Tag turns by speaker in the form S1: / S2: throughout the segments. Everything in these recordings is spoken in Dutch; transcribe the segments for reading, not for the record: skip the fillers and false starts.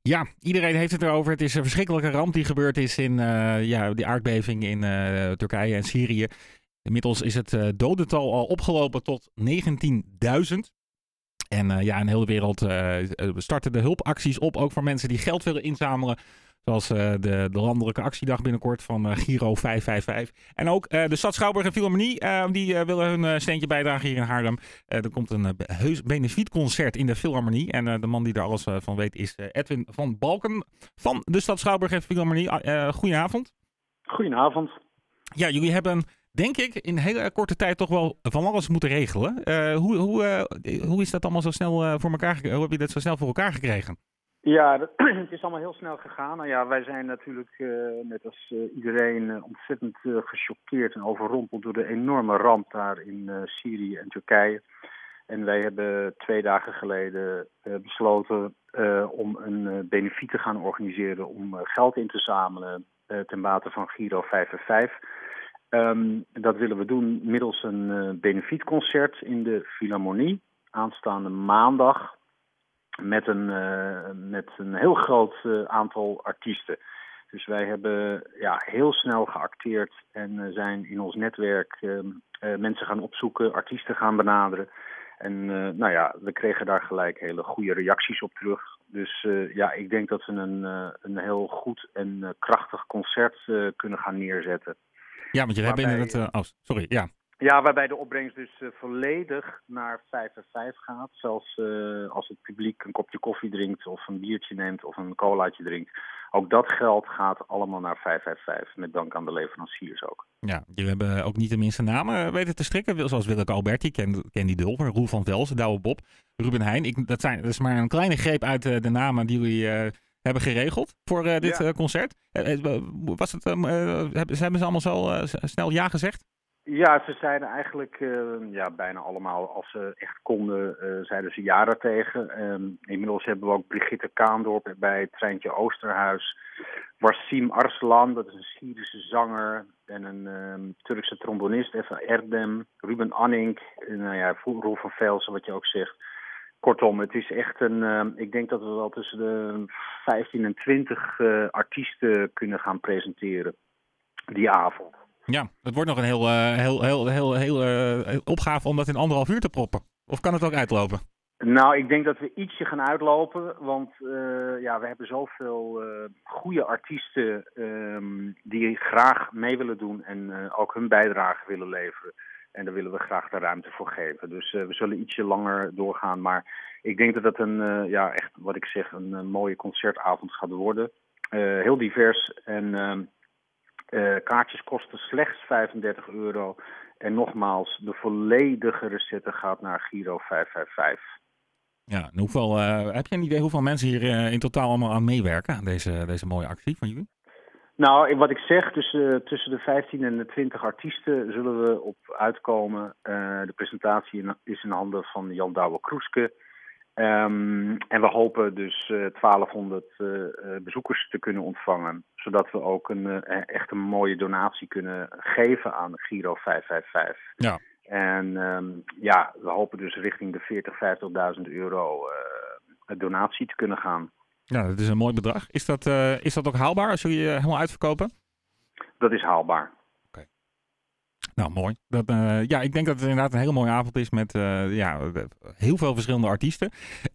S1: Ja, iedereen heeft het erover. Het is een verschrikkelijke ramp die gebeurd is in die aardbeving in Turkije en Syrië. Inmiddels is het dodental al opgelopen tot 19.000. En in de hele wereld starten de hulpacties op, ook voor mensen die geld willen inzamelen. Zoals de landelijke actiedag binnenkort van Giro 555. En ook de stad Schouwburg en Philharmonie, die willen hun steentje bijdragen hier in Haarlem. Er komt een heus benefietconcert in de Philharmonie. En de man die daar alles van weet is Edwin van Balken van de stad Schouwburg en Philharmonie. Goedenavond.
S2: Goedenavond.
S1: Ja, jullie hebben, denk ik, in een hele korte tijd toch wel van alles moeten regelen. Hoe is dat allemaal zo snel voor elkaar gekregen? Hoe heb je dat zo snel voor elkaar gekregen?
S2: Ja, het is allemaal heel snel gegaan. Nou ja, wij zijn natuurlijk net als iedereen ontzettend gechoqueerd en overrompeld door de enorme ramp daar in Syrië en Turkije. En wij hebben 2 dagen geleden besloten om een benefiet te gaan organiseren om geld in te zamelen ten bate van Giro 555. Dat willen we doen middels een benefietconcert in de Philharmonie aanstaande maandag. Met een heel groot aantal artiesten. Dus wij hebben heel snel geacteerd en zijn in ons netwerk mensen gaan opzoeken, artiesten gaan benaderen. En we kregen daar gelijk hele goede reacties op terug. Dus ik denk dat we een heel goed en krachtig concert kunnen gaan neerzetten.
S1: Ja, want jullie hebben inderdaad... sorry, ja.
S2: Ja, waarbij de opbrengst dus volledig naar 555 gaat. Zelfs als het publiek een kopje koffie drinkt of een biertje neemt of een colaatje drinkt. Ook dat geld gaat allemaal naar 555, met dank aan de leveranciers ook.
S1: Ja, jullie hebben ook niet de minste namen weten te strikken. Zoals Willeke Alberti, Candy Dulver, Roel van Velzen, Douwe Bob, Ruben Heijn. Dat is maar een kleine greep uit de namen die jullie hebben geregeld voor dit concert. Hebben ze allemaal zo snel ja gezegd?
S2: Ja, ze zeiden eigenlijk bijna allemaal, als ze echt konden, zeiden ze ja daartegen. Inmiddels hebben we ook Brigitte Kaandorp bij Treintje Oosterhuis. Wassim Arslan, dat is een Syrische zanger. En een Turkse trombonist, Efa Erdem. Ruben Anning, Roel van Velsen, wat je ook zegt. Kortom, het is echt ik denk dat we wel tussen de 15 en 20 artiesten kunnen gaan presenteren die avond.
S1: Ja, het wordt nog een heel opgave om dat in 1,5 uur te proppen. Of kan het ook uitlopen?
S2: Nou, ik denk dat we ietsje gaan uitlopen, want we hebben zoveel goede artiesten die graag mee willen doen en ook hun bijdrage willen leveren. En daar willen we graag de ruimte voor geven. Dus we zullen ietsje langer doorgaan, maar ik denk dat het echt, wat ik zeg, een mooie concertavond gaat worden. Heel divers en... kaartjes kosten slechts €35. En nogmaals, de volledige recette gaat naar Giro 555.
S1: Ja, en heb je een idee hoeveel mensen hier in totaal allemaal aan meewerken aan deze mooie actie van jullie?
S2: Nou, wat ik zeg, tussen de 15 en de 20 artiesten zullen we op uitkomen. De presentatie is in handen van Jan Douwe Kroeske. En we hopen dus 1200 bezoekers te kunnen ontvangen. Zodat we ook echt een mooie donatie kunnen geven aan Giro 555.
S1: Ja.
S2: En we hopen dus richting de 40.000, 50.000 donatie te kunnen gaan.
S1: Ja, dat is een mooi bedrag. Is dat ook haalbaar als jullie helemaal uitverkopen?
S2: Dat is haalbaar.
S1: Nou, mooi. Ik denk dat het inderdaad een hele mooie avond is met heel veel verschillende artiesten.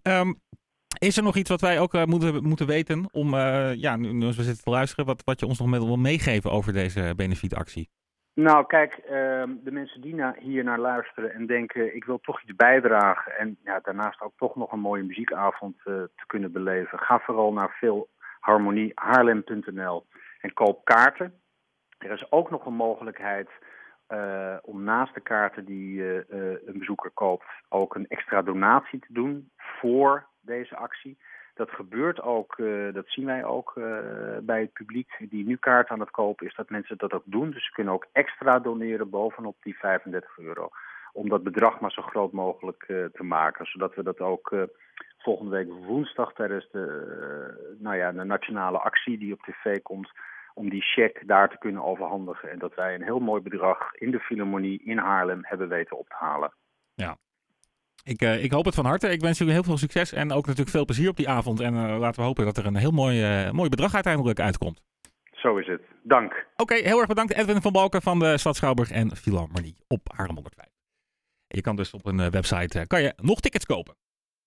S1: Is er nog iets wat wij ook moeten weten om, nu als we zitten te luisteren, wat je ons nog wil meegeven over deze benefietactie?
S2: Nou, kijk, de mensen die hier naar luisteren en denken, ik wil toch iets bijdragen en daarnaast ook toch nog een mooie muziekavond te kunnen beleven. Ga vooral naar philharmoniehaarlem.nl en koop kaarten. Er is ook nog een mogelijkheid om naast de kaarten die een bezoeker koopt ook een extra donatie te doen voor deze actie. Dat gebeurt ook, dat zien wij ook bij het publiek die nu kaarten aan het kopen is, dat mensen dat ook doen. Dus ze kunnen ook extra doneren bovenop die €35. Om dat bedrag maar zo groot mogelijk te maken. Zodat we dat ook volgende week woensdag tijdens de nationale actie die op tv komt, om die cheque daar te kunnen overhandigen. En dat wij een heel mooi bedrag in de Philharmonie in Haarlem hebben weten op te halen.
S1: Ja. Ik hoop het van harte. Ik wens jullie heel veel succes en ook natuurlijk veel plezier op die avond. En laten we hopen dat er een heel mooi bedrag uiteindelijk uitkomt.
S2: Zo is het. Dank.
S1: Oké, heel erg bedankt Edwin van Balken van de Stad Schouwburg en Philharmonie op Haarlem 105. Je kan dus op een website kan je nog tickets kopen.